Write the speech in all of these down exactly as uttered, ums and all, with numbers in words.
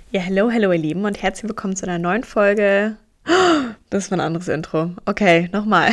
Ja, hallo, hallo ihr Lieben und herzlich willkommen zu einer neuen Folge. Das war ein anderes Intro. Okay, nochmal.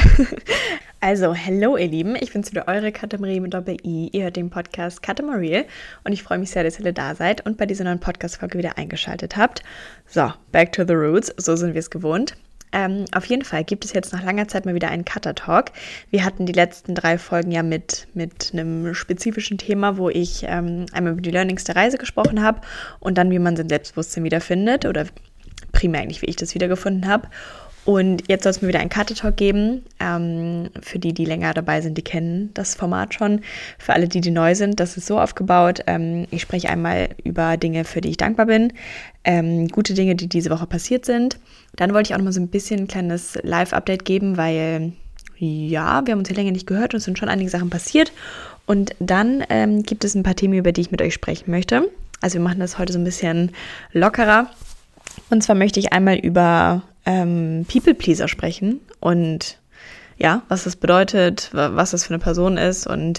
Also, hallo ihr Lieben, ich bin's wieder, eure Katamarie mit Doppel-I. Ihr hört den Podcast Katamarie und ich freue mich sehr, dass ihr alle da seid und bei dieser neuen Podcast-Folge wieder eingeschaltet habt. So, back to the roots, so sind wir es gewohnt. Ähm, auf jeden Fall gibt es jetzt nach langer Zeit mal wieder einen Cutter-Talk. Wir hatten die letzten drei Folgen ja mit, mit einem spezifischen Thema, wo ich ähm, einmal über die Learnings der Reise gesprochen habe und dann, wie man sein Selbstbewusstsein wiederfindet oder primär eigentlich, wie ich das wiedergefunden habe. Und jetzt soll es mir wieder einen Cutter-Talk geben. Ähm, für die, die länger dabei sind, die kennen das Format schon. Für alle, die, die neu sind, das ist so aufgebaut. Ähm, ich spreche einmal über Dinge, für die ich dankbar bin. Ähm, gute Dinge, die diese Woche passiert sind. Dann wollte ich auch noch mal so ein bisschen ein kleines Live-Update geben, weil, ja, wir haben uns ja länger nicht gehört und es sind schon einige Sachen passiert. Und dann ähm, gibt es ein paar Themen, über die ich mit euch sprechen möchte. Also wir machen das heute so ein bisschen lockerer. Und zwar möchte ich einmal über ähm, People-Pleaser sprechen und ja, was das bedeutet, was das für eine Person ist und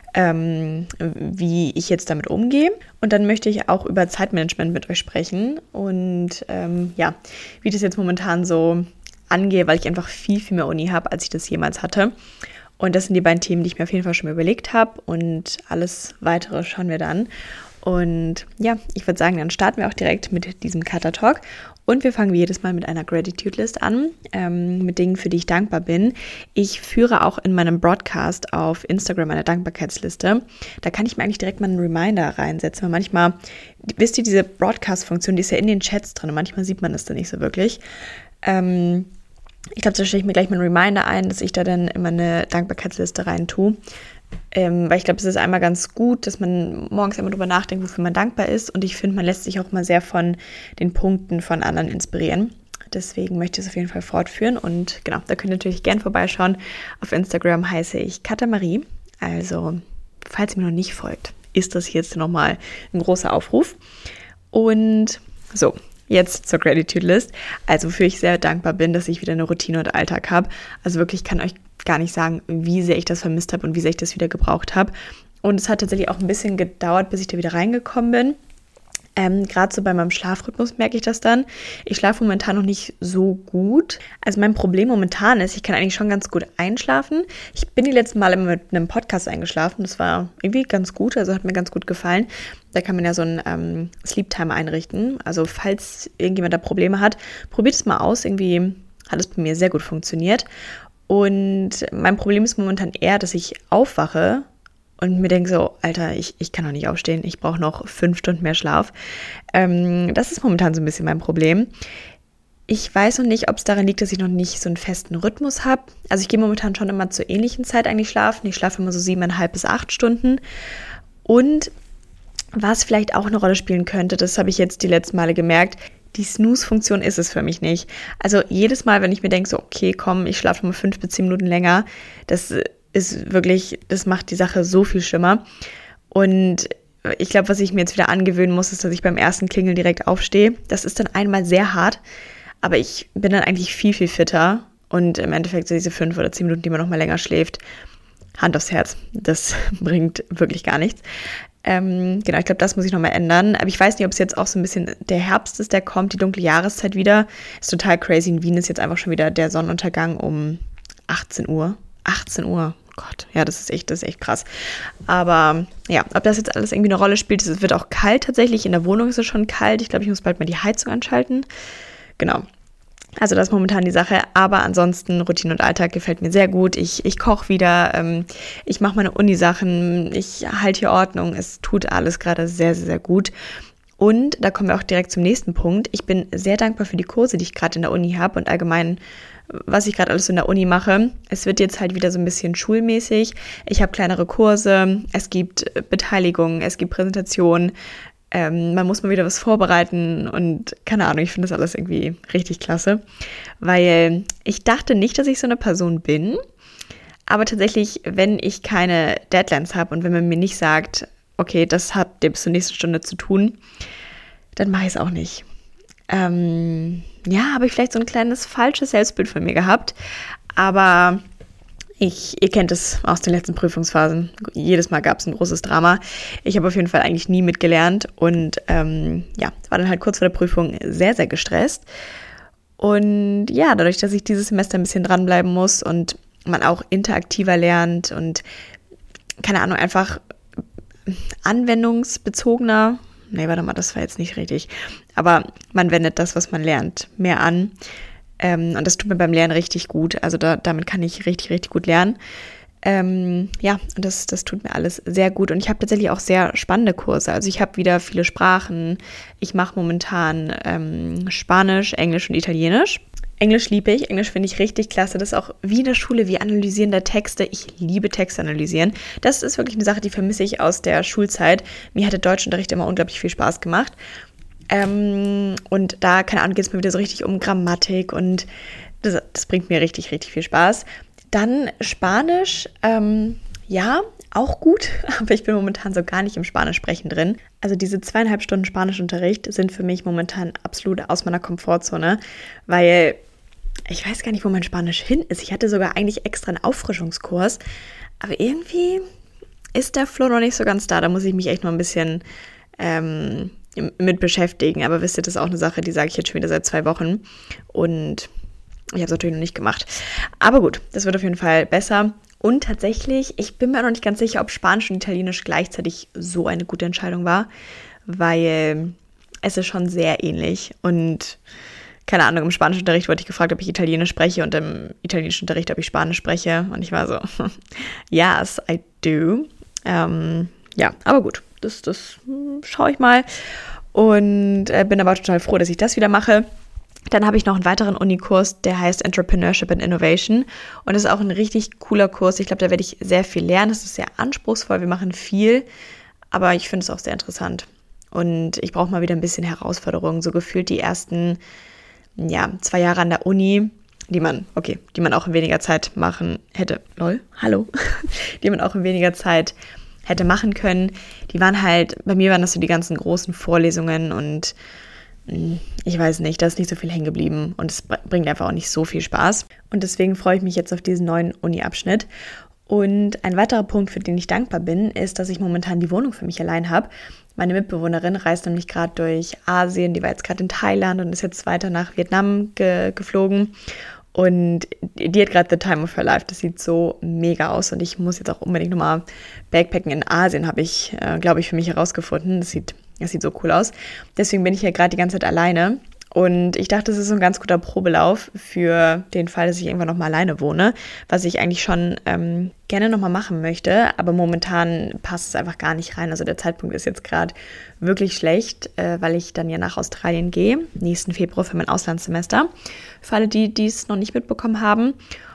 ähm, wie ich jetzt damit umgehe. Und dann möchte ich auch über Zeitmanagement mit euch sprechen und ähm, ja, wie das jetzt momentan so angehe, weil ich einfach viel, viel mehr Uni habe, als ich das jemals hatte. Und das sind die beiden Themen, die ich mir auf jeden Fall schon mal überlegt habe und alles Weitere schauen wir dann. Und ja, ich würde sagen, dann starten wir auch direkt mit diesem Cutter-Talk. Und wir fangen wie jedes Mal mit einer Gratitude-List an, ähm, mit Dingen, für die ich dankbar bin. Ich führe auch in meinem Broadcast auf Instagram eine Dankbarkeitsliste. Da kann ich mir eigentlich direkt mal einen Reminder reinsetzen, weil manchmal, wisst ihr, diese Broadcast-Funktion, die ist ja in den Chats drin und manchmal sieht man das dann nicht so wirklich. Ähm, ich glaube, da stelle ich mir gleich mal einen Reminder ein, dass ich da dann immer eine Dankbarkeitsliste rein tue. Ähm, weil ich glaube, es ist einmal ganz gut, dass man morgens immer drüber nachdenkt, wofür man dankbar ist. Und ich finde, man lässt sich auch mal sehr von den Punkten von anderen inspirieren. Deswegen möchte ich es auf jeden Fall fortführen. Und genau, da könnt ihr natürlich gerne vorbeischauen. Auf Instagram heiße ich Katamarie. Also, falls ihr mir noch nicht folgt, ist das jetzt nochmal ein großer Aufruf. Und so, jetzt zur Gratitude List. Also, wofür ich sehr dankbar bin, dass ich wieder eine Routine und Alltag habe. Also wirklich, kann euch gar nicht sagen, wie sehr ich das vermisst habe und wie sehr ich das wieder gebraucht habe. Und es hat tatsächlich auch ein bisschen gedauert, bis ich da wieder reingekommen bin. Ähm, Gerade so bei meinem Schlafrhythmus merke ich das dann. Ich schlafe momentan noch nicht so gut. Also mein Problem momentan ist, ich kann eigentlich schon ganz gut einschlafen. Ich bin die letzten Male immer mit einem Podcast eingeschlafen. Das war irgendwie ganz gut, also hat mir ganz gut gefallen. Da kann man ja so einen ähm, Sleep-Timer einrichten. Also falls irgendjemand da Probleme hat, probiert es mal aus. Irgendwie hat es bei mir sehr gut funktioniert. Und mein Problem ist momentan eher, dass ich aufwache und mir denke so, Alter, ich, ich kann noch nicht aufstehen, ich brauche noch fünf Stunden mehr Schlaf. Ähm, das ist momentan so ein bisschen mein Problem. Ich weiß noch nicht, ob es daran liegt, dass ich noch nicht so einen festen Rhythmus habe. Also ich gehe momentan schon immer zur ähnlichen Zeit eigentlich schlafen. Ich schlafe immer so siebeneinhalb bis acht Stunden. Und was vielleicht auch eine Rolle spielen könnte, das habe ich jetzt die letzten Male gemerkt, die Snooze-Funktion ist es für mich nicht. Also jedes Mal, wenn ich mir denke, so okay, komm, ich schlafe mal fünf bis zehn Minuten länger, das ist wirklich, das macht die Sache so viel schlimmer. Und ich glaube, was ich mir jetzt wieder angewöhnen muss, ist, dass ich beim ersten Klingeln direkt aufstehe. Das ist dann einmal sehr hart, aber ich bin dann eigentlich viel, viel fitter. Und im Endeffekt so diese fünf oder zehn Minuten, die man noch mal länger schläft, Hand aufs Herz, das bringt wirklich gar nichts. Ähm, genau, ich glaube, das muss ich nochmal ändern. Aber ich weiß nicht, ob es jetzt auch so ein bisschen der Herbst ist, der kommt, die dunkle Jahreszeit wieder. Ist total crazy. In Wien ist jetzt einfach schon wieder der Sonnenuntergang um achtzehn Uhr. achtzehn Uhr, oh Gott, ja, das ist echt, das ist echt krass. Aber ja, ob das jetzt alles irgendwie eine Rolle spielt, es wird auch kalt tatsächlich. In der Wohnung ist es schon kalt. Ich glaube, ich muss bald mal die Heizung anschalten. Genau. Also das ist momentan die Sache, aber ansonsten Routine und Alltag gefällt mir sehr gut. Ich, ich koche wieder, ähm, ich mache meine Uni-Sachen, ich halte hier Ordnung. Es tut alles gerade sehr, sehr, sehr gut. Und da kommen wir auch direkt zum nächsten Punkt. Ich bin sehr dankbar für die Kurse, die ich gerade in der Uni habe und allgemein, was ich gerade alles in der Uni mache. Es wird jetzt halt wieder so ein bisschen schulmäßig. Ich habe kleinere Kurse, es gibt Beteiligung, es gibt Präsentationen. Ähm, man muss mal wieder was vorbereiten und keine Ahnung, ich finde das alles irgendwie richtig klasse, weil ich dachte nicht, dass ich so eine Person bin, aber tatsächlich, wenn ich keine Deadlines habe und wenn man mir nicht sagt, okay, das habt ihr bis zur nächsten Stunde zu tun, dann mache ich es auch nicht. Ähm, ja, habe ich vielleicht so ein kleines falsches Selbstbild von mir gehabt, aber Ich, ihr kennt es aus den letzten Prüfungsphasen. Jedes Mal gab es ein großes Drama. Ich habe auf jeden Fall eigentlich nie mitgelernt und ähm, ja, war dann halt kurz vor der Prüfung sehr, sehr gestresst. Und ja, dadurch, dass ich dieses Semester ein bisschen dranbleiben muss und man auch interaktiver lernt und, keine Ahnung, einfach anwendungsbezogener, nee, warte mal, das war jetzt nicht richtig, aber man wendet das, was man lernt, mehr an. Ähm, und das tut mir beim Lernen richtig gut. Also da, damit kann ich richtig, richtig gut lernen. Ähm, ja, und das, das tut mir alles sehr gut. Und ich habe tatsächlich auch sehr spannende Kurse. Also ich habe wieder viele Sprachen. Ich mache momentan ähm, Spanisch, Englisch und Italienisch. Englisch liebe ich. Englisch finde ich richtig klasse. Das ist auch wie in der Schule, wie analysieren der Texte. Ich liebe Texte analysieren. Das ist wirklich eine Sache, die vermisse ich aus der Schulzeit. Mir hat der Deutschunterricht immer unglaublich viel Spaß gemacht. Ähm, und da, keine Ahnung, geht es mir wieder so richtig um Grammatik und das, das bringt mir richtig, richtig viel Spaß. Dann Spanisch, ähm, ja, auch gut, aber ich bin momentan so gar nicht im Spanisch-Sprechen drin. Also diese zweieinhalb Stunden Spanischunterricht sind für mich momentan absolut aus meiner Komfortzone, weil ich weiß gar nicht, wo mein Spanisch hin ist. Ich hatte sogar eigentlich extra einen Auffrischungskurs, aber irgendwie ist der Flow noch nicht so ganz da. Da muss ich mich echt noch ein bisschen ähm, mit beschäftigen, aber wisst ihr, das ist auch eine Sache, die sage ich jetzt schon wieder seit zwei Wochen und ich habe es natürlich noch nicht gemacht. Aber gut, das wird auf jeden Fall besser und tatsächlich, ich bin mir noch nicht ganz sicher, ob Spanisch und Italienisch gleichzeitig so eine gute Entscheidung war, weil es ist schon sehr ähnlich und keine Ahnung, im Spanischunterricht wurde ich gefragt, ob ich Italienisch spreche und im italienischen Unterricht, ob ich Spanisch spreche und ich war so, yes, I do. Ähm, ja, aber gut. Das, das schaue ich mal und äh, bin aber total froh, dass ich das wieder mache. Dann habe ich noch einen weiteren Unikurs, der heißt Entrepreneurship and Innovation und das ist auch ein richtig cooler Kurs. Ich glaube, da werde ich sehr viel lernen. Es ist sehr anspruchsvoll, wir machen viel, aber ich finde es auch sehr interessant und ich brauche mal wieder ein bisschen Herausforderung. So gefühlt die ersten ja, zwei Jahre an der Uni, die man, okay, die man auch in weniger Zeit machen hätte. Lol, hallo. die man auch in weniger Zeit hätte machen können. Die waren halt, bei mir waren das so die ganzen großen Vorlesungen und ich weiß nicht, da ist nicht so viel hängen geblieben und es bringt einfach auch nicht so viel Spaß. Und deswegen freue ich mich jetzt auf diesen neuen Uni-Abschnitt. Und ein weiterer Punkt, für den ich dankbar bin, ist, dass ich momentan die Wohnung für mich allein habe. Meine Mitbewohnerin reist nämlich gerade durch Asien, die war jetzt gerade in Thailand und ist jetzt weiter nach Vietnam ge- geflogen. Und die hat gerade the time of her life. Das sieht so mega aus. Und ich muss jetzt auch unbedingt nochmal Backpacken in Asien, habe ich, äh, glaube ich, für mich herausgefunden. Das sieht, das sieht so cool aus. Deswegen bin ich hier gerade die ganze Zeit alleine. Und ich dachte, das ist so ein ganz guter Probelauf für den Fall, dass ich irgendwann nochmal alleine wohne. Was ich eigentlich schon ähm, gerne nochmal machen möchte. Aber momentan passt es einfach gar nicht rein. Also der Zeitpunkt ist jetzt gerade wirklich schlecht, äh, weil ich dann ja nach Australien gehe. Nächsten Februar für mein Auslandssemester. Für alle, die es noch nicht mitbekommen haben.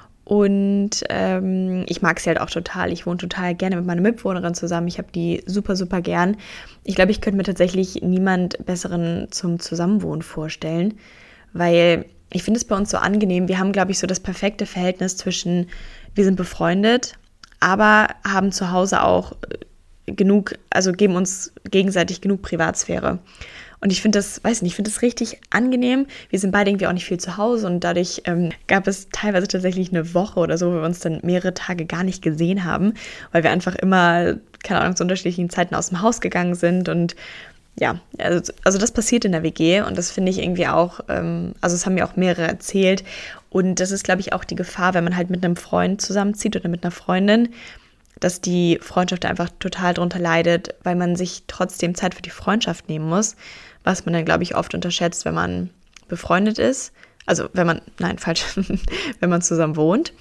Und ähm, ich mag sie halt auch total. Ich wohne total gerne mit meiner Mitbewohnerin zusammen. Ich habe die super, super gern. Ich glaube, ich könnte mir tatsächlich niemand Besseren zum Zusammenwohnen vorstellen, weil ich finde es bei uns so angenehm. Wir haben, glaube ich, so das perfekte Verhältnis zwischen, wir sind befreundet, aber haben zu Hause auch genug, also geben uns gegenseitig genug Privatsphäre. Und ich finde das, weiß nicht, ich finde das richtig angenehm. Wir sind beide irgendwie auch nicht viel zu Hause und dadurch ähm, gab es teilweise tatsächlich eine Woche oder so, wo wir uns dann mehrere Tage gar nicht gesehen haben, weil wir einfach immer, keine Ahnung, zu unterschiedlichen Zeiten aus dem Haus gegangen sind und ja, also, also das passiert in der W G und das finde ich irgendwie auch, ähm, also es haben mir auch mehrere erzählt und das ist, glaube ich, auch die Gefahr, wenn man halt mit einem Freund zusammenzieht oder mit einer Freundin, dass die Freundschaft einfach total drunter leidet, weil man sich trotzdem Zeit für die Freundschaft nehmen muss, was man dann, glaube ich, oft unterschätzt, wenn man befreundet ist. Also wenn man, nein, falsch, wenn man zusammen wohnt.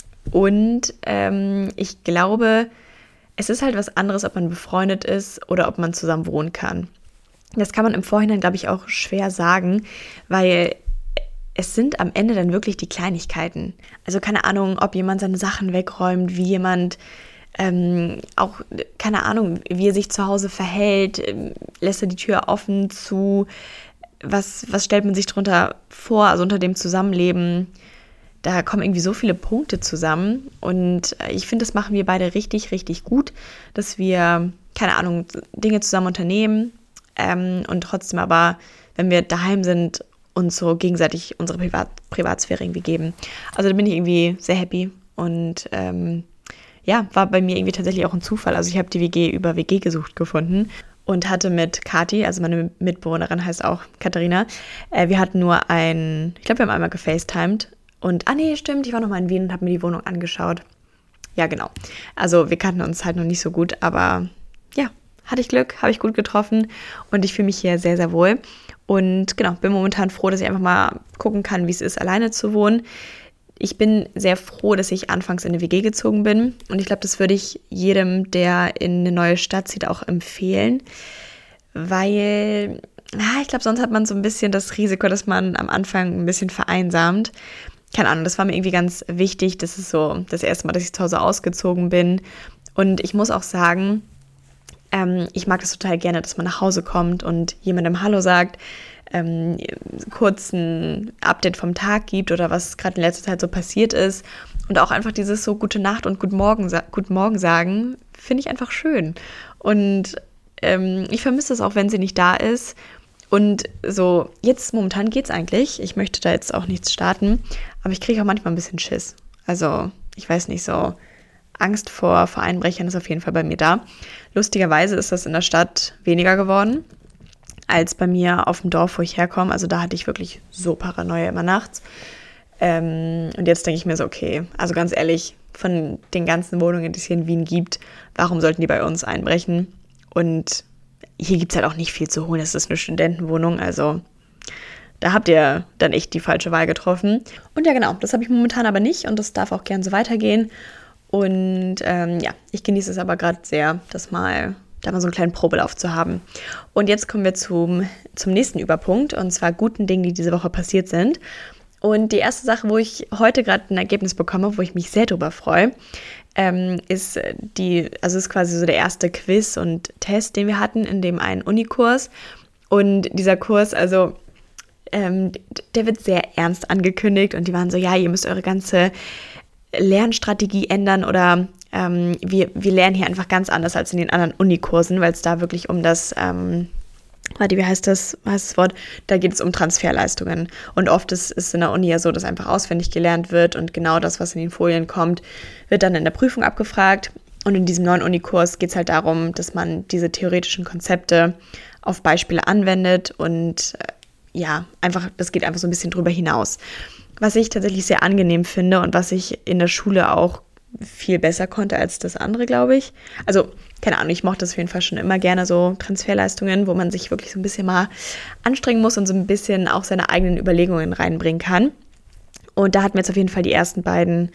Und ähm, ich glaube, es ist halt was anderes, ob man befreundet ist oder ob man zusammen wohnen kann. Das kann man im Vorhinein, glaube ich, auch schwer sagen, weil es sind am Ende dann wirklich die Kleinigkeiten. Also keine Ahnung, ob jemand seine Sachen wegräumt, wie jemand Ähm, auch, keine Ahnung, wie er sich zu Hause verhält, ähm, lässt er die Tür offen zu, was, was stellt man sich darunter vor, also unter dem Zusammenleben, da kommen irgendwie so viele Punkte zusammen und ich finde, das machen wir beide richtig, richtig gut, dass wir, keine Ahnung, Dinge zusammen unternehmen ähm, und trotzdem aber, wenn wir daheim sind, uns so gegenseitig unsere Privat- Privatsphäre irgendwie geben. Also da bin ich irgendwie sehr happy Und ähm, ja, war bei mir irgendwie tatsächlich auch ein Zufall. Also ich habe die W G über W G gesucht gefunden und hatte mit Kathi, also meine Mitbewohnerin heißt auch Katharina, äh, wir hatten nur ein, ich glaube, wir haben einmal gefacetimed. Und, ah nee, stimmt, ich war noch mal in Wien und habe mir die Wohnung angeschaut. Ja, genau. Also wir kannten uns halt noch nicht so gut, aber ja, hatte ich Glück, habe ich gut getroffen und ich fühle mich hier sehr, sehr wohl. Und genau, bin momentan froh, dass ich einfach mal gucken kann, wie es ist, alleine zu wohnen. Ich bin sehr froh, dass ich anfangs in eine W G gezogen bin und ich glaube, das würde ich jedem, der in eine neue Stadt zieht, auch empfehlen, weil ja, ich glaube, sonst hat man so ein bisschen das Risiko, dass man am Anfang ein bisschen vereinsamt. Keine Ahnung, das war mir irgendwie ganz wichtig. Das ist so das erste Mal, dass ich zu Hause ausgezogen bin. Und ich muss auch sagen, ähm, ich mag das total gerne, dass man nach Hause kommt und jemandem Hallo sagt, ähm, kurz ein Update vom Tag gibt oder was gerade in letzter Zeit so passiert ist. Und auch einfach dieses so Gute Nacht und Guten Morgen, Guten Morgen sagen, finde ich einfach schön. Und ähm, ich vermisse es auch, wenn sie nicht da ist. Und so, jetzt momentan geht's eigentlich. Ich möchte da jetzt auch nichts starten, aber ich kriege auch manchmal ein bisschen Schiss. Also, ich weiß nicht, so Angst vor, vor Einbrechern ist auf jeden Fall bei mir da. Lustigerweise ist das in der Stadt weniger geworden als bei mir auf dem Dorf, wo ich herkomme. Also da hatte ich wirklich so Paranoia immer nachts. Ähm, und jetzt denke ich mir so, okay, also ganz ehrlich, von den ganzen Wohnungen, die es hier in Wien gibt, warum sollten die bei uns einbrechen? Und hier gibt es halt auch nicht viel zu holen. Es ist eine Studentenwohnung, also da habt ihr dann echt die falsche Wahl getroffen. Und ja, genau, das habe ich momentan aber nicht und das darf auch gern so weitergehen. Und ähm, ja, ich genieße es aber gerade sehr, das mal, da mal so einen kleinen Probelauf zu haben. Und jetzt kommen wir zum, zum nächsten Überpunkt, und zwar guten Dingen, die diese Woche passiert sind. Und die erste Sache, wo ich heute gerade ein Ergebnis bekomme, wo ich mich sehr drüber freue, ähm, ist die, also ist quasi so der erste Quiz und Test, den wir hatten in dem einen Unikurs. Und dieser Kurs, also ähm, der wird sehr ernst angekündigt und die waren so, ja, ihr müsst eure ganze Lernstrategie ändern oder ähm, wir, wir lernen hier einfach ganz anders als in den anderen Unikursen, weil es da wirklich um das, ähm, warte, wie heißt das, wie heißt das Wort? Da geht es um Transferleistungen. Und oft ist es in der Uni ja so, dass einfach auswendig gelernt wird und genau das, was in den Folien kommt, wird dann in der Prüfung abgefragt. Und in diesem neuen Unikurs geht es halt darum, dass man diese theoretischen Konzepte auf Beispiele anwendet und äh, ja, einfach, das geht einfach so ein bisschen drüber hinaus. Was ich tatsächlich sehr angenehm finde und was ich in der Schule auch viel besser konnte als das andere, glaube ich. Also, keine Ahnung, ich mochte das auf jeden Fall schon immer gerne, so Transferleistungen, wo man sich wirklich so ein bisschen mal anstrengen muss und so ein bisschen auch seine eigenen Überlegungen reinbringen kann. Und da hatten wir jetzt auf jeden Fall die ersten beiden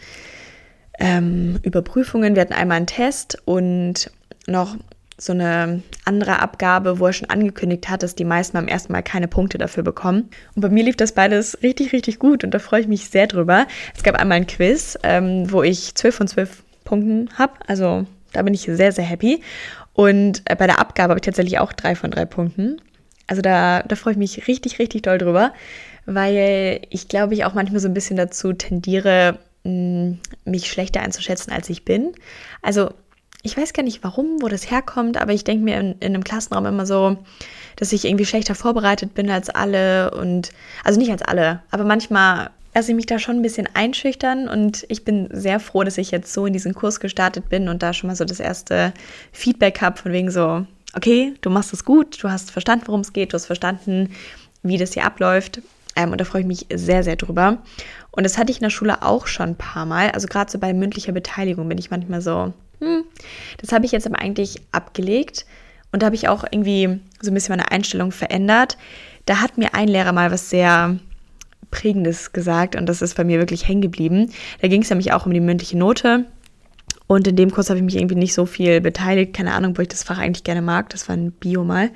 ähm, Überprüfungen. Wir hatten einmal einen Test und noch so eine andere Abgabe, wo er schon angekündigt hat, dass die meisten beim ersten Mal keine Punkte dafür bekommen. Und bei mir lief das beides richtig, richtig gut und da freue ich mich sehr drüber. Es gab einmal ein Quiz, ähm, wo ich zwölf von zwölf Punkten habe, also da bin ich sehr, sehr happy. Und äh, bei der Abgabe habe ich tatsächlich auch drei von drei Punkten. Also da, da freue ich mich richtig, richtig doll drüber, weil ich glaube, ich auch manchmal so ein bisschen dazu tendiere, mh, mich schlechter einzuschätzen, als ich bin. Also ich weiß gar nicht, warum, wo das herkommt, aber ich denke mir in, in einem Klassenraum immer so, dass ich irgendwie schlechter vorbereitet bin als alle und, also nicht als alle, aber manchmal lasse ich mich da schon ein bisschen einschüchtern und ich bin sehr froh, dass ich jetzt so in diesen Kurs gestartet bin und da schon mal so das erste Feedback habe von wegen so, okay, du machst es gut, du hast verstanden, worum es geht, du hast verstanden, wie das hier abläuft. Ähm, und da freue ich mich sehr, sehr drüber. Und das hatte ich in der Schule auch schon ein paar Mal, also gerade so bei mündlicher Beteiligung bin ich manchmal so, Hm, das habe ich jetzt aber eigentlich abgelegt und da habe ich auch irgendwie so ein bisschen meine Einstellung verändert. Da hat mir ein Lehrer mal was sehr Prägendes gesagt und das ist bei mir wirklich hängen geblieben. Da ging es nämlich auch um die mündliche Note und in dem Kurs habe ich mich irgendwie nicht so viel beteiligt. Keine Ahnung, wo ich das Fach eigentlich gerne mag. Das war ein Bio mal.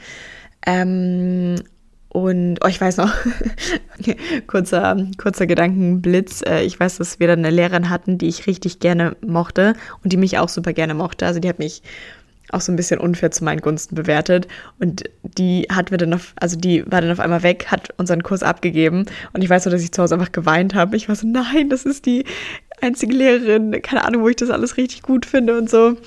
Ähm, Und, oh, ich weiß noch, kurzer, kurzer Gedankenblitz. Ich weiß, dass wir dann eine Lehrerin hatten, die ich richtig gerne mochte und die mich auch super gerne mochte. Also die hat mich auch so ein bisschen unfair zu meinen Gunsten bewertet. Und die hat wir dann auf, also die war dann auf einmal weg, hat unseren Kurs abgegeben. Und ich weiß noch, dass ich zu Hause einfach geweint habe. Ich war so, nein, das ist die einzige Lehrerin, keine Ahnung, wo ich das alles richtig gut finde und so.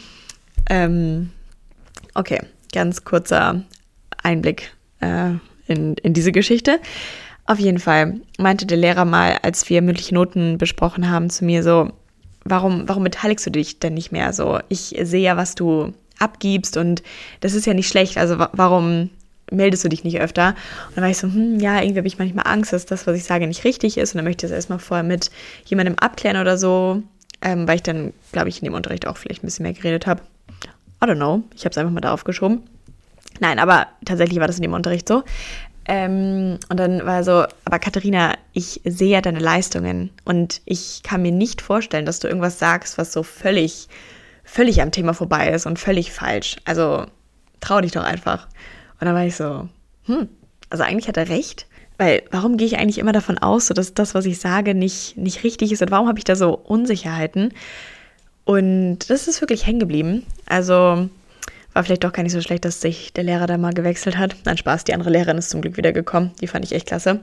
Ähm, okay, ganz kurzer Einblick äh, In, in diese Geschichte. Auf jeden Fall meinte der Lehrer mal, als wir mündliche Noten besprochen haben, zu mir so, warum, warum beteiligst du dich denn nicht mehr so? Ich sehe ja, was du abgibst und das ist ja nicht schlecht, also wa- warum meldest du dich nicht öfter? Und dann war ich so, hm, ja, irgendwie habe ich manchmal Angst, dass das, was ich sage, nicht richtig ist und dann möchte ich das erstmal vorher mit jemandem abklären oder so, ähm, weil ich dann, glaube ich, in dem Unterricht auch vielleicht ein bisschen mehr geredet habe. I don't know, ich habe es einfach mal darauf geschoben. Nein, aber tatsächlich war das in dem Unterricht so. Ähm, und dann war er so, aber Katharina, ich sehe ja deine Leistungen und ich kann mir nicht vorstellen, dass du irgendwas sagst, was so völlig, völlig am Thema vorbei ist und völlig falsch. Also trau dich doch einfach. Und dann war ich so, hm, also eigentlich hat er recht, weil warum gehe ich eigentlich immer davon aus, so dass das, was ich sage, nicht, nicht richtig ist und warum habe ich da so Unsicherheiten? Und das ist wirklich hängen geblieben. Also war vielleicht doch gar nicht so schlecht, dass sich der Lehrer da mal gewechselt hat. Nein, Spaß, die andere Lehrerin ist zum Glück wieder gekommen. Die fand ich echt klasse.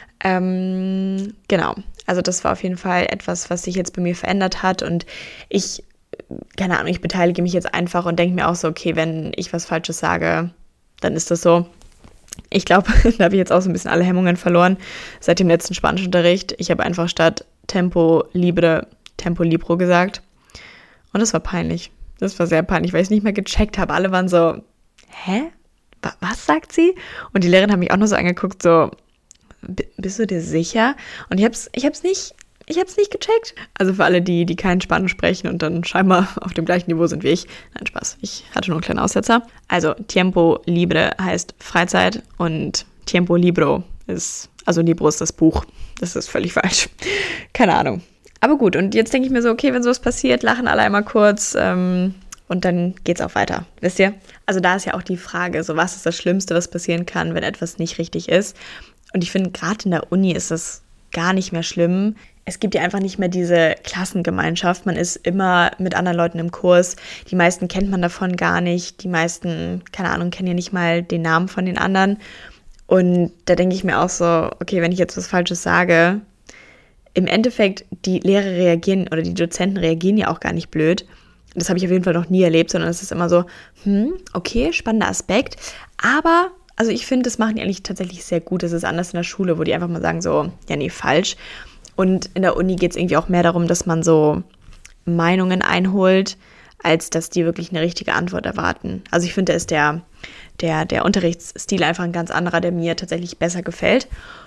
Ähm, genau, also das war auf jeden Fall etwas, was sich jetzt bei mir verändert hat und ich, keine Ahnung, ich beteilige mich jetzt einfach und denke mir auch so, okay, wenn ich was Falsches sage, dann ist das so. Ich glaube, da habe ich jetzt auch so ein bisschen alle Hemmungen verloren seit dem letzten Spanischunterricht. Ich habe einfach statt Tempo Libre Tempo Libro gesagt. Und das war peinlich. Das war sehr peinlich, weil ich es nicht mehr gecheckt habe. Alle waren so, hä? Was sagt sie? Und die Lehrerin hat mich auch nur so angeguckt, so, bist du dir sicher? Und ich habe es ich hab's nicht, ich hab's nicht gecheckt. Also für alle, die, die kein Spanisch sprechen und dann scheinbar auf dem gleichen Niveau sind wie ich. Nein, Spaß, ich hatte nur einen kleinen Aussetzer. Also Tiempo Libre heißt Freizeit und Tiempo Libro ist, also Libro ist das Buch. Das ist völlig falsch. Keine Ahnung. Aber gut, und jetzt denke ich mir so, okay, wenn sowas passiert, lachen alle einmal kurz ähm, und dann geht's auch weiter, wisst ihr? Also da ist ja auch die Frage, so was ist das Schlimmste, was passieren kann, wenn etwas nicht richtig ist? Und ich finde, gerade in der Uni ist das gar nicht mehr schlimm. Es gibt ja einfach nicht mehr diese Klassengemeinschaft. Man ist immer mit anderen Leuten im Kurs. Die meisten kennt man davon gar nicht. Die meisten, keine Ahnung, kennen ja nicht mal den Namen von den anderen. Und da denke ich mir auch so, okay, wenn ich jetzt was Falsches sage, im Endeffekt, die Lehrer reagieren oder die Dozenten reagieren ja auch gar nicht blöd. Das habe ich auf jeden Fall noch nie erlebt, sondern es ist immer so, hm, okay, spannender Aspekt. Aber, also ich finde, das machen die eigentlich tatsächlich sehr gut. Das ist anders in der Schule, wo die einfach mal sagen so, ja, nee, falsch. Und in der Uni geht es irgendwie auch mehr darum, dass man so Meinungen einholt, als dass die wirklich eine richtige Antwort erwarten. Also ich finde, da ist der, der, der Unterrichtsstil einfach ein ganz anderer, der mir tatsächlich besser gefällt.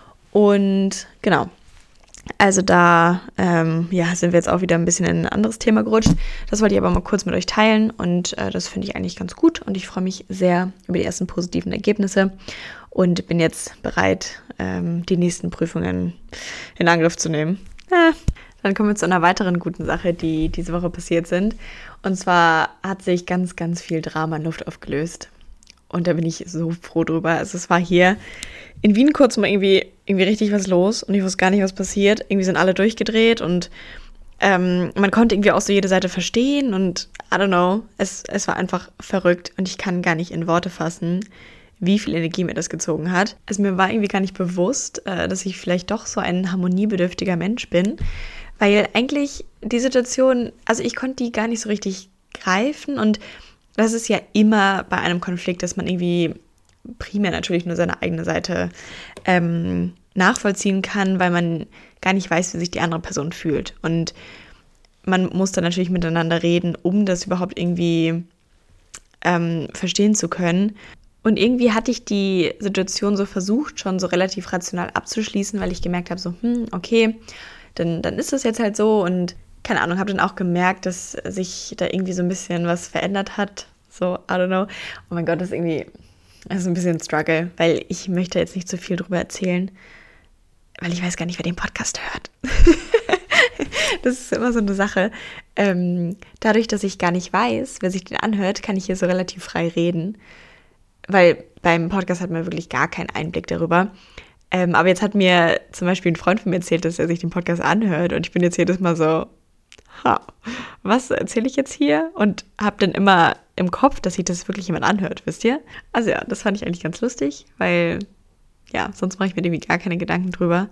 Und genau. Also da ähm, ja, sind wir jetzt auch wieder ein bisschen in ein anderes Thema gerutscht. Das wollte ich aber mal kurz mit euch teilen und äh, das finde ich eigentlich ganz gut und ich freue mich sehr über die ersten positiven Ergebnisse und bin jetzt bereit, ähm, die nächsten Prüfungen in Angriff zu nehmen. Äh, dann kommen wir zu einer weiteren guten Sache, die diese Woche passiert sind. Und zwar hat sich ganz, ganz viel Drama in Luft aufgelöst. Und da bin ich so froh drüber. Also es war hier in Wien kurz mal irgendwie, irgendwie richtig was los und ich wusste gar nicht, was passiert. Irgendwie sind alle durchgedreht und ähm, man konnte irgendwie auch so jede Seite verstehen und I don't know, es, es war einfach verrückt und ich kann gar nicht in Worte fassen, wie viel Energie mir das gezogen hat. Also mir war irgendwie gar nicht bewusst, äh, dass ich vielleicht doch so ein harmoniebedürftiger Mensch bin, weil eigentlich die Situation, also ich konnte die gar nicht so richtig greifen und das ist ja immer bei einem Konflikt, dass man irgendwie primär natürlich nur seine eigene Seite ähm, nachvollziehen kann, weil man gar nicht weiß, wie sich die andere Person fühlt. Und man muss dann natürlich miteinander reden, um das überhaupt irgendwie ähm, verstehen zu können. Und irgendwie hatte ich die Situation so versucht, schon so relativ rational abzuschließen, weil ich gemerkt habe, so, hm, okay, dann, dann ist das jetzt halt so und keine Ahnung, habe dann auch gemerkt, dass sich da irgendwie so ein bisschen was verändert hat. So, I don't know. Oh mein Gott, das ist irgendwie, das ist ein bisschen ein Struggle, weil ich möchte jetzt nicht so viel drüber erzählen, weil ich weiß gar nicht, wer den Podcast hört. Das ist immer so eine Sache. Ähm, dadurch, dass ich gar nicht weiß, wer sich den anhört, kann ich hier so relativ frei reden, weil beim Podcast hat man wirklich gar keinen Einblick darüber. Ähm, aber jetzt hat mir zum Beispiel ein Freund von mir erzählt, dass er sich den Podcast anhört und ich bin jetzt jedes Mal so, ha, was erzähle ich jetzt hier? Und habe dann immer im Kopf, dass sich das wirklich jemand anhört, wisst ihr? Also ja, das fand ich eigentlich ganz lustig, weil, ja, sonst mache ich mir irgendwie gar keine Gedanken drüber.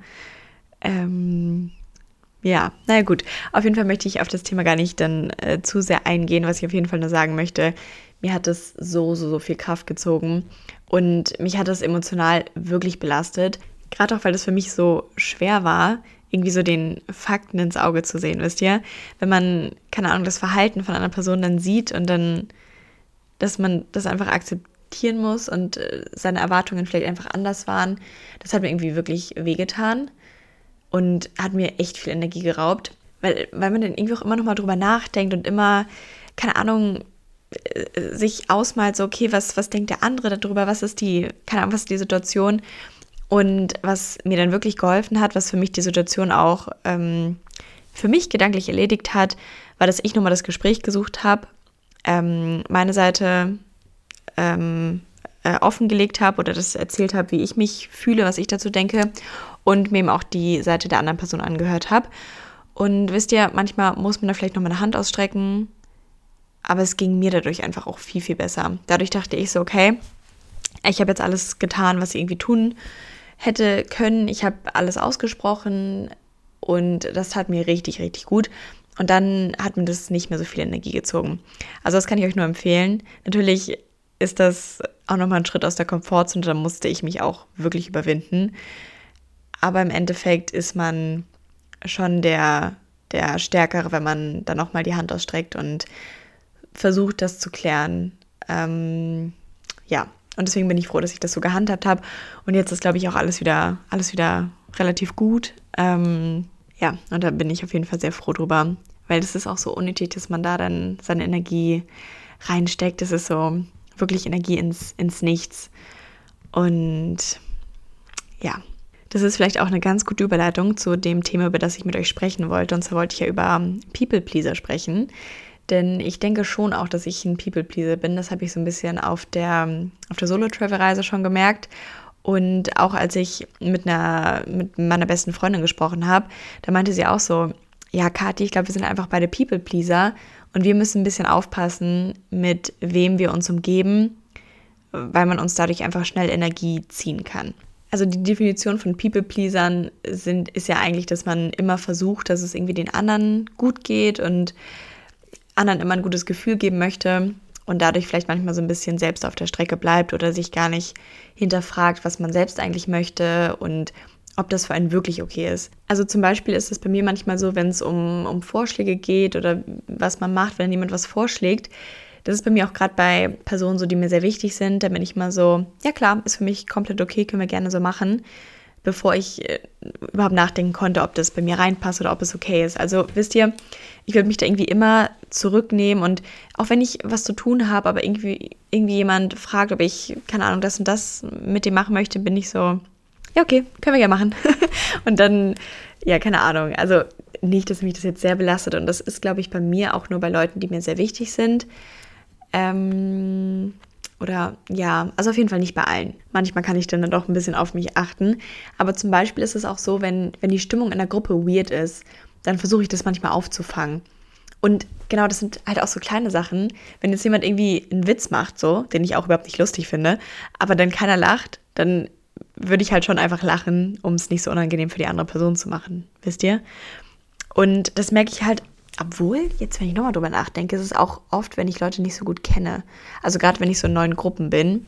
Ähm, ja, naja gut. Auf jeden Fall möchte ich auf das Thema gar nicht dann äh, zu sehr eingehen, was ich auf jeden Fall nur sagen möchte. Mir hat es so, so, so viel Kraft gezogen und mich hat das emotional wirklich belastet. Gerade auch, weil das für mich so schwer war, irgendwie so den Fakten ins Auge zu sehen, wisst ihr? Wenn man, keine Ahnung, das Verhalten von einer Person dann sieht und dann, dass man das einfach akzeptieren muss und äh, seine Erwartungen vielleicht einfach anders waren, das hat mir irgendwie wirklich wehgetan und hat mir echt viel Energie geraubt, weil, weil man dann irgendwie auch immer noch mal drüber nachdenkt und immer, keine Ahnung, äh, sich ausmalt, so, okay, was, was denkt der andere darüber, was ist die, keine Ahnung, was ist die Situation? Und was mir dann wirklich geholfen hat, was für mich die Situation auch ähm, für mich gedanklich erledigt hat, war, dass ich nochmal das Gespräch gesucht habe, ähm, meine Seite ähm, äh, offengelegt habe oder das erzählt habe, wie ich mich fühle, was ich dazu denke und mir eben auch die Seite der anderen Person angehört habe. Und wisst ihr, manchmal muss man da vielleicht nochmal eine Hand ausstrecken, aber es ging mir dadurch einfach auch viel, viel besser. Dadurch dachte ich so, okay, ich habe jetzt alles getan, was ich irgendwie tun hätte können. Ich habe alles ausgesprochen und das tat mir richtig, richtig gut. Und dann hat mir das nicht mehr so viel Energie gezogen. Also das kann ich euch nur empfehlen. Natürlich ist das auch nochmal ein Schritt aus der Komfortzone, da musste ich mich auch wirklich überwinden. Aber im Endeffekt ist man schon der, der Stärkere, wenn man dann nochmal die Hand ausstreckt und versucht, das zu klären. Ähm, ja, und deswegen bin ich froh, dass ich das so gehandhabt habe. Und jetzt ist, glaube ich, auch alles wieder, alles wieder relativ gut. Ähm, ja, und da bin ich auf jeden Fall sehr froh drüber, weil es ist auch so unnötig, dass man da dann seine Energie reinsteckt. Das ist so wirklich Energie ins, ins Nichts. Und ja, das ist vielleicht auch eine ganz gute Überleitung zu dem Thema, über das ich mit euch sprechen wollte. Und zwar wollte ich ja über People-Pleaser sprechen. Denn ich denke schon auch, dass ich ein People-Pleaser bin. Das habe ich so ein bisschen auf der, auf der Solo-Travel-Reise schon gemerkt. Und auch als ich mit einer mit meiner besten Freundin gesprochen habe, da meinte sie auch so, ja, Kathi, ich glaube, wir sind einfach beide People-Pleaser und wir müssen ein bisschen aufpassen, mit wem wir uns umgeben, weil man uns dadurch einfach schnell Energie ziehen kann. Also die Definition von People-Pleasern sind, ist ja eigentlich, dass man immer versucht, dass es irgendwie den anderen gut geht und anderen immer ein gutes Gefühl geben möchte und dadurch vielleicht manchmal so ein bisschen selbst auf der Strecke bleibt oder sich gar nicht hinterfragt, was man selbst eigentlich möchte und ob das für einen wirklich okay ist. Also zum Beispiel ist es bei mir manchmal so, wenn es um, um Vorschläge geht oder was man macht, wenn jemand was vorschlägt. Das ist bei mir auch gerade bei Personen so, die mir sehr wichtig sind. Da bin ich mal so, ja klar, ist für mich komplett okay, können wir gerne so machen, bevor ich äh, überhaupt nachdenken konnte, ob das bei mir reinpasst oder ob es okay ist. Also wisst ihr, ich würde mich da irgendwie immer zurücknehmen und auch wenn ich was zu tun habe, aber irgendwie, irgendwie jemand fragt, ob ich, keine Ahnung, das und das mit dem machen möchte, bin ich so, ja okay, können wir ja machen. Und dann, ja, keine Ahnung, also nicht, dass mich das jetzt sehr belastet und das ist, glaube ich, bei mir auch nur bei Leuten, die mir sehr wichtig sind. Ähm... Oder ja, also auf jeden Fall nicht bei allen. Manchmal kann ich dann doch ein bisschen auf mich achten. Aber zum Beispiel ist es auch so, wenn, wenn die Stimmung in der Gruppe weird ist, dann versuche ich das manchmal aufzufangen. Und genau, das sind halt auch so kleine Sachen. Wenn jetzt jemand irgendwie einen Witz macht, so, den ich auch überhaupt nicht lustig finde, aber dann keiner lacht, dann würde ich halt schon einfach lachen, um es nicht so unangenehm für die andere Person zu machen. Wisst ihr? Und das merke ich halt. Obwohl, jetzt wenn ich nochmal drüber nachdenke, ist es auch oft, wenn ich Leute nicht so gut kenne. Also gerade wenn ich so in neuen Gruppen bin.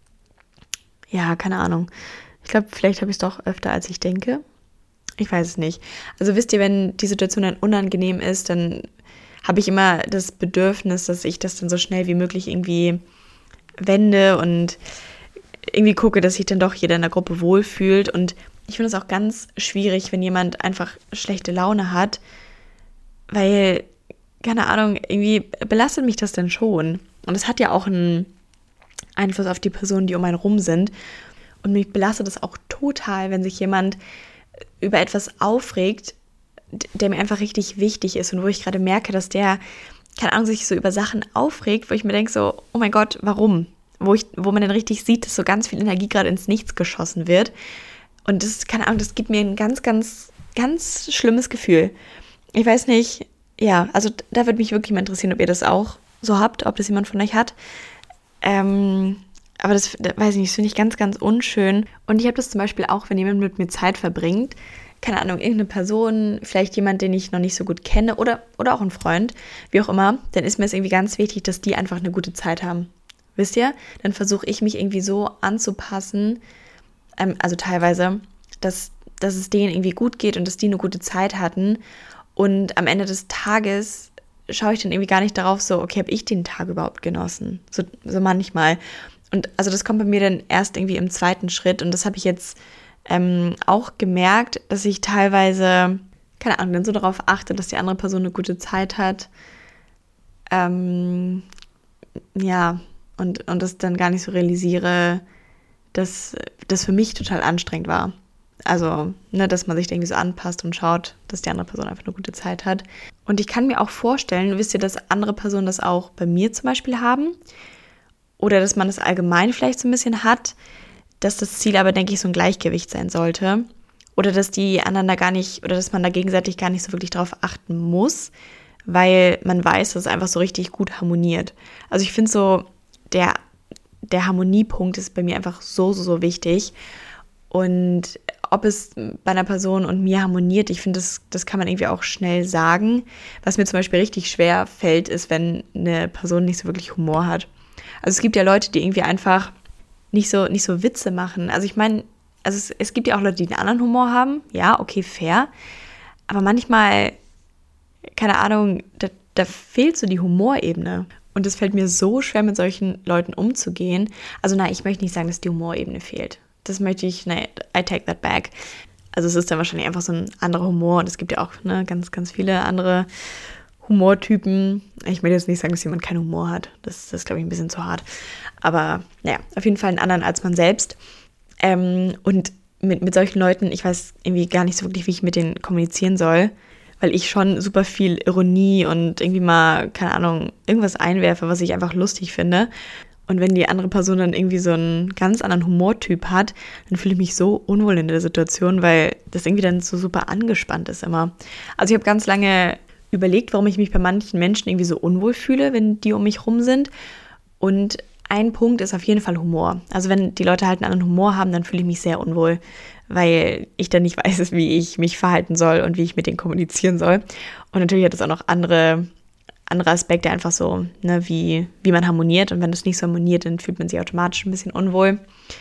Ja, keine Ahnung. Ich glaube, vielleicht habe ich es doch öfter, als ich denke. Ich weiß es nicht. Also wisst ihr, wenn die Situation dann unangenehm ist, dann habe ich immer das Bedürfnis, dass ich das dann so schnell wie möglich irgendwie wende und irgendwie gucke, dass sich dann doch jeder in der Gruppe wohlfühlt. Und ich finde es auch ganz schwierig, wenn jemand einfach schlechte Laune hat, weil, keine Ahnung, irgendwie belastet mich das dann schon. Und es hat ja auch einen Einfluss auf die Personen, die um einen rum sind. Und mich belastet es auch total, wenn sich jemand über etwas aufregt, der mir einfach richtig wichtig ist und wo ich gerade merke, dass der, keine Ahnung, sich so über Sachen aufregt, wo ich mir denke so, oh mein Gott, warum? Wo ich, wo man dann richtig sieht, dass so ganz viel Energie gerade ins Nichts geschossen wird. Und das, keine Ahnung, das gibt mir ein ganz, ganz, ganz schlimmes Gefühl. Ich weiß nicht, ja, also da würde mich wirklich mal interessieren, ob ihr das auch so habt, ob das jemand von euch hat. Ähm, aber das, das weiß ich nicht, das finde ich ganz, ganz unschön. Und ich habe das zum Beispiel auch, wenn jemand mit mir Zeit verbringt, keine Ahnung, irgendeine Person, vielleicht jemand, den ich noch nicht so gut kenne oder, oder auch ein Freund, wie auch immer, dann ist mir es irgendwie ganz wichtig, dass die einfach eine gute Zeit haben. Wisst ihr? Dann versuche ich mich irgendwie so anzupassen, ähm, also teilweise, dass dass es denen irgendwie gut geht und dass die eine gute Zeit hatten. Und am Ende des Tages schaue ich dann irgendwie gar nicht darauf, so, okay, habe ich den Tag überhaupt genossen? So, so manchmal. Und also das kommt bei mir dann erst irgendwie im zweiten Schritt. Und das habe ich jetzt ähm, auch gemerkt, dass ich teilweise, keine Ahnung, dann so darauf achte, dass die andere Person eine gute Zeit hat. Ähm, ja, und, und das dann gar nicht so realisiere, dass das für mich total anstrengend war. Also, ne, dass man sich da irgendwie so anpasst und schaut, dass die andere Person einfach eine gute Zeit hat. Und ich kann mir auch vorstellen, wisst ihr, dass andere Personen das auch bei mir zum Beispiel haben oder dass man das allgemein vielleicht so ein bisschen hat, dass das Ziel aber, denke ich, so ein Gleichgewicht sein sollte oder dass die anderen da gar nicht oder dass man da gegenseitig gar nicht so wirklich drauf achten muss, weil man weiß, dass es einfach so richtig gut harmoniert. Also ich finde so, der, der Harmoniepunkt ist bei mir einfach so, so, so wichtig. Und ob es bei einer Person und mir harmoniert, ich finde, das, das kann man irgendwie auch schnell sagen. Was mir zum Beispiel richtig schwer fällt, ist, wenn eine Person nicht so wirklich Humor hat. Also es gibt ja Leute, die irgendwie einfach nicht so, nicht so Witze machen. Also ich meine, also es, es gibt ja auch Leute, die einen anderen Humor haben. Ja, okay, fair. Aber manchmal, keine Ahnung, da, da fehlt so die Humorebene. Und es fällt mir so schwer, mit solchen Leuten umzugehen. Also nein, ich möchte nicht sagen, dass die Humorebene fehlt. Das möchte ich, nein, I take that back. Also es ist dann wahrscheinlich einfach so ein anderer Humor. Und es gibt ja auch ne, ganz, ganz viele andere Humortypen. Ich möchte jetzt nicht sagen, dass jemand keinen Humor hat. Das, das ist, glaube ich, ein bisschen zu hart. Aber naja, auf jeden Fall einen anderen als man selbst. Ähm, und mit, mit solchen Leuten, ich weiß irgendwie gar nicht so wirklich, wie ich mit denen kommunizieren soll, weil ich schon super viel Ironie und irgendwie mal, keine Ahnung, irgendwas einwerfe, was ich einfach lustig finde. Und wenn die andere Person dann irgendwie so einen ganz anderen Humortyp hat, dann fühle ich mich so unwohl in der Situation, weil das irgendwie dann so super angespannt ist immer. Also ich habe ganz lange überlegt, warum ich mich bei manchen Menschen irgendwie so unwohl fühle, wenn die um mich rum sind. Und ein Punkt ist auf jeden Fall Humor. Also wenn die Leute halt einen anderen Humor haben, dann fühle ich mich sehr unwohl, weil ich dann nicht weiß, wie ich mich verhalten soll und wie ich mit denen kommunizieren soll. Und natürlich hat es auch noch andere, andere Aspekte, einfach so, ne, wie, wie man harmoniert. Und wenn das nicht so harmoniert, dann fühlt man sich automatisch ein bisschen unwohl.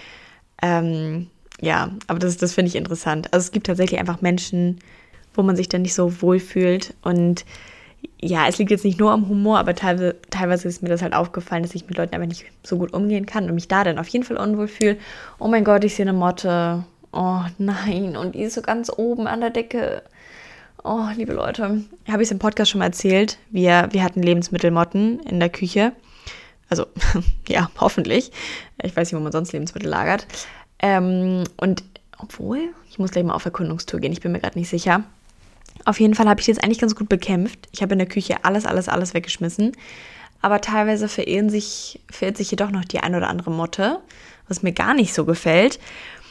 Ähm, ja, aber das, das finde ich interessant. Also es gibt tatsächlich einfach Menschen, wo man sich dann nicht so wohl fühlt. Und ja, es liegt jetzt nicht nur am Humor, aber teilweise, teilweise ist mir das halt aufgefallen, dass ich mit Leuten aber nicht so gut umgehen kann und mich da dann auf jeden Fall unwohl fühle. Oh mein Gott, ich sehe eine Motte. Oh nein, und die ist so ganz oben an der Decke. Oh, liebe Leute, habe ich es im Podcast schon mal erzählt. Wir, wir hatten Lebensmittelmotten in der Küche. Also, ja, hoffentlich. Ich weiß nicht, wo man sonst Lebensmittel lagert. Ähm, und obwohl, ich muss gleich mal auf Erkundungstour gehen, ich bin mir gerade nicht sicher. Auf jeden Fall habe ich die jetzt eigentlich ganz gut bekämpft. Ich habe in der Küche alles, alles, alles weggeschmissen. Aber teilweise verirren sich, verirrt sich jedoch noch die ein oder andere Motte, was mir gar nicht so gefällt.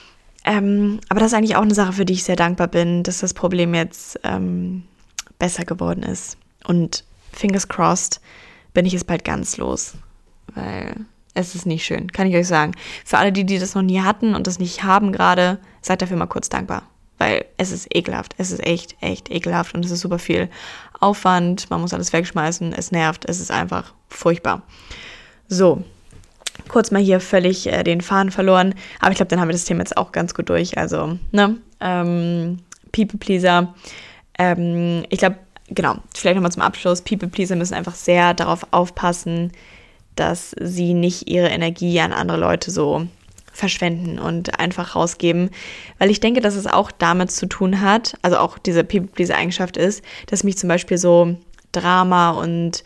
Ähm, aber das ist eigentlich auch eine Sache, für die ich sehr dankbar bin, dass das Problem jetzt ähm, besser geworden ist. Und fingers crossed bin ich es bald ganz los. Weil es ist nicht schön, kann ich euch sagen. Für alle, die, die das noch nie hatten und das nicht haben gerade, seid dafür mal kurz dankbar. Weil es ist ekelhaft. Es ist echt, echt ekelhaft und es ist super viel Aufwand. Man muss alles wegschmeißen. Es nervt. Es ist einfach furchtbar. So, kurz mal hier völlig äh, den Faden verloren. Aber ich glaube, dann haben wir das Thema jetzt auch ganz gut durch. Also, ne, ähm, People Pleaser. Ähm, ich glaube, genau, vielleicht nochmal zum Abschluss. People Pleaser müssen einfach sehr darauf aufpassen, dass sie nicht ihre Energie an andere Leute so verschwenden und einfach rausgeben, weil ich denke, dass es auch damit zu tun hat, also auch diese People-Pleaser-Eigenschaft ist, dass mich zum Beispiel so Drama und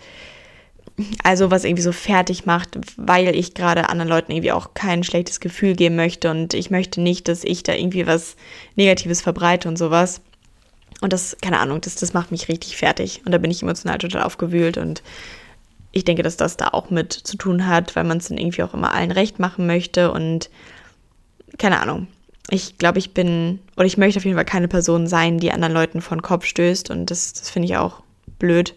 also was irgendwie so fertig macht, weil ich gerade anderen Leuten irgendwie auch kein schlechtes Gefühl geben möchte und ich möchte nicht, dass ich da irgendwie was Negatives verbreite und sowas. Und das, keine Ahnung, das, das macht mich richtig fertig und da bin ich emotional total aufgewühlt und ich denke, dass das da auch mit zu tun hat, weil man es dann irgendwie auch immer allen recht machen möchte und keine Ahnung. Ich glaube, ich bin, oder ich möchte auf jeden Fall keine Person sein, die anderen Leuten vor den Kopf stößt und das, das finde ich auch blöd.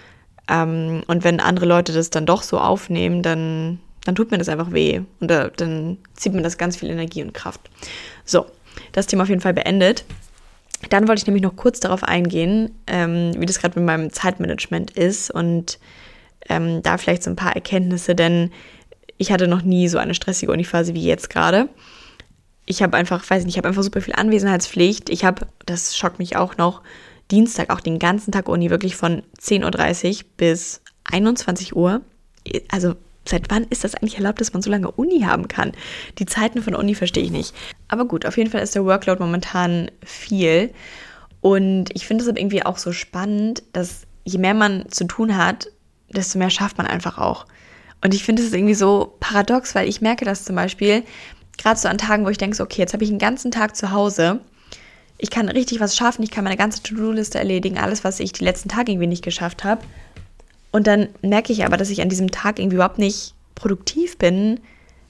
Ähm, und wenn andere Leute das dann doch so aufnehmen, dann, dann tut mir das einfach weh und da, dann zieht mir das ganz viel Energie und Kraft. So, das Thema auf jeden Fall beendet. Dann wollte ich nämlich noch kurz darauf eingehen, ähm, wie das gerade mit meinem Zeitmanagement ist und Ähm, da vielleicht so ein paar Erkenntnisse, denn ich hatte noch nie so eine stressige Uniphase wie jetzt gerade. ich habe einfach, weiß nicht, ich habe einfach super viel Anwesenheitspflicht. Ich habe, das schockt mich auch noch, Dienstag auch den ganzen Tag Uni, wirklich von zehn Uhr dreißig bis einundzwanzig Uhr. Also seit wann ist das eigentlich erlaubt, dass man so lange Uni haben kann? Die Zeiten von Uni verstehe ich nicht. Aber gut, auf jeden Fall ist der Workload momentan viel. Und ich finde es aber irgendwie auch so spannend, dass je mehr man zu tun hat, desto mehr schafft man einfach auch. Und ich finde es irgendwie so paradox, weil ich merke das zum Beispiel, gerade so an Tagen, wo ich denke, so, okay, jetzt habe ich einen ganzen Tag zu Hause, ich kann richtig was schaffen, ich kann meine ganze To-Do-Liste erledigen, alles, was ich die letzten Tage irgendwie nicht geschafft habe. Und dann merke ich aber, dass ich an diesem Tag irgendwie überhaupt nicht produktiv bin,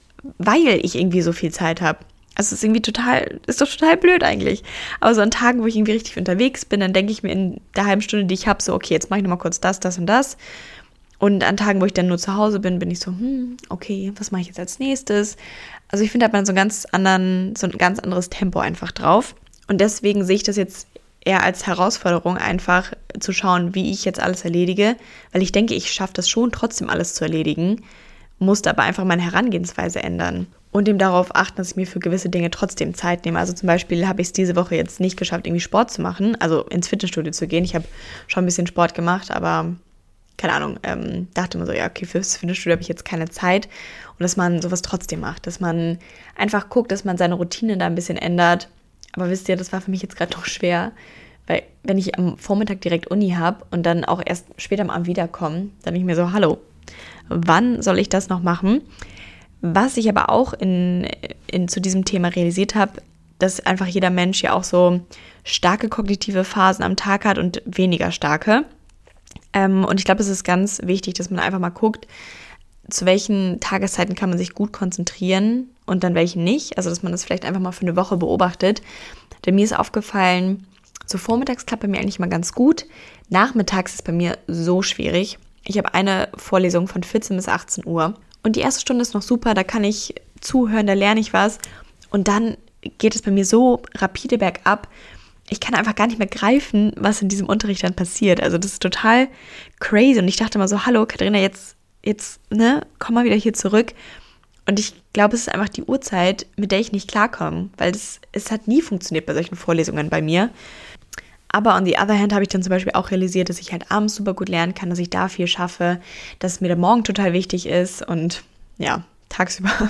weil ich irgendwie so viel Zeit habe. Also es ist irgendwie total, ist doch total blöd eigentlich. Aber so an Tagen, wo ich irgendwie richtig unterwegs bin, dann denke ich mir in der halben Stunde, die ich habe, so, okay, jetzt mache ich nochmal kurz das, das und das. Und an Tagen, wo ich dann nur zu Hause bin, bin ich so, hm, okay, was mache ich jetzt als nächstes? Also ich finde, da hat man so, einen ganz anderen, so ein ganz anderes Tempo einfach drauf. Und deswegen sehe ich das jetzt eher als Herausforderung, einfach zu schauen, wie ich jetzt alles erledige. Weil ich denke, ich schaffe das schon, trotzdem alles zu erledigen, musste aber einfach meine Herangehensweise ändern. Und eben darauf achten, dass ich mir für gewisse Dinge trotzdem Zeit nehme. Also zum Beispiel habe ich es diese Woche jetzt nicht geschafft, irgendwie Sport zu machen, also ins Fitnessstudio zu gehen. Ich habe schon ein bisschen Sport gemacht, aber keine Ahnung, ähm, dachte mir so, ja, okay, fürs Fitnessstudio habe ich jetzt keine Zeit. Und dass man sowas trotzdem macht, dass man einfach guckt, dass man seine Routine da ein bisschen ändert. Aber wisst ihr, das war für mich jetzt gerade noch schwer, weil wenn ich am Vormittag direkt Uni habe und dann auch erst später am Abend wiederkomme, dann bin ich mir so, hallo, wann soll ich das noch machen? Was ich aber auch in, in, zu diesem Thema realisiert habe, dass einfach jeder Mensch ja auch so starke kognitive Phasen am Tag hat und weniger starke. Ähm, und ich glaube, es ist ganz wichtig, dass man einfach mal guckt, zu welchen Tageszeiten kann man sich gut konzentrieren und dann welchen nicht. Also, dass man das vielleicht einfach mal für eine Woche beobachtet. Denn mir ist aufgefallen, so vormittags klappt bei mir eigentlich mal ganz gut. Nachmittags ist bei mir so schwierig. Ich habe eine Vorlesung von vierzehn bis achtzehn Uhr. Und die erste Stunde ist noch super, da kann ich zuhören, da lerne ich was. Und dann geht es bei mir so rapide bergab. Ich kann einfach gar nicht mehr greifen, was in diesem Unterricht dann passiert. Also das ist total crazy. Und ich dachte mal so, hallo Katharina, jetzt, jetzt, ne, komm mal wieder hier zurück. Und ich glaube, es ist einfach die Uhrzeit, mit der ich nicht klarkomme. Weil das, es hat nie funktioniert bei solchen Vorlesungen bei mir. Aber on the other hand habe ich dann zum Beispiel auch realisiert, dass ich halt abends super gut lernen kann, dass ich da viel schaffe, dass mir der Morgen total wichtig ist und ja, tagsüber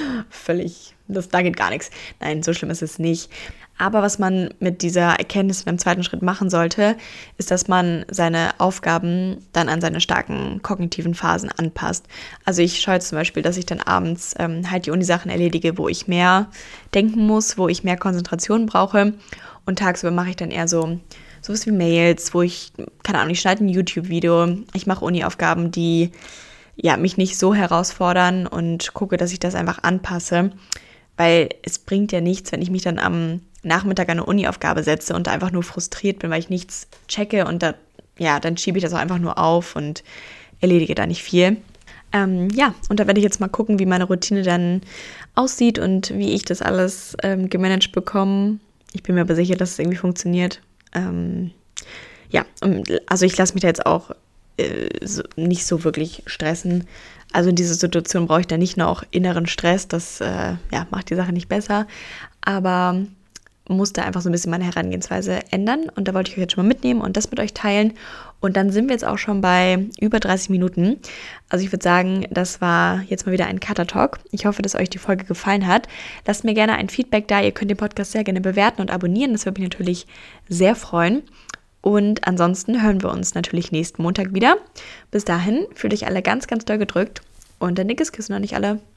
völlig, das, da geht gar nichts. Nein, so schlimm ist es nicht. Aber was man mit dieser Erkenntnis im zweiten Schritt machen sollte, ist, dass man seine Aufgaben dann an seine starken kognitiven Phasen anpasst. Also ich schaue jetzt zum Beispiel, dass ich dann abends ähm, halt die Uni-Sachen erledige, wo ich mehr denken muss, wo ich mehr Konzentration brauche. Und tagsüber mache ich dann eher so sowas wie Mails, wo ich, keine Ahnung, ich schneide ein YouTube-Video, ich mache Uni-Aufgaben, die ja, mich nicht so herausfordern und gucke, dass ich das einfach anpasse, weil es bringt ja nichts, wenn ich mich dann am Nachmittag eine Uni-Aufgabe setze und einfach nur frustriert bin, weil ich nichts checke und da, ja, dann schiebe ich das auch einfach nur auf und erledige da nicht viel. Ähm, ja, und da werde ich jetzt mal gucken, wie meine Routine dann aussieht und wie ich das alles ähm, gemanagt bekomme. Ich bin mir aber sicher, dass es irgendwie funktioniert. Ähm, ja, also ich lasse mich da jetzt auch äh, so, nicht so wirklich stressen. Also in dieser Situation brauche ich da nicht noch inneren Stress. Das äh, ja, macht die Sache nicht besser. Aber musste einfach so ein bisschen meine Herangehensweise ändern. Und da wollte ich euch jetzt schon mal mitnehmen und das mit euch teilen. Und dann sind wir jetzt auch schon bei über dreißig Minuten. Also ich würde sagen, das war jetzt mal wieder ein Cutter-Talk. Ich hoffe, dass euch die Folge gefallen hat. Lasst mir gerne ein Feedback da. Ihr könnt den Podcast sehr gerne bewerten und abonnieren. Das würde mich natürlich sehr freuen. Und ansonsten hören wir uns natürlich nächsten Montag wieder. Bis dahin, fühlt euch alle ganz, ganz doll gedrückt. Und ein dickes Küssen an euch alle.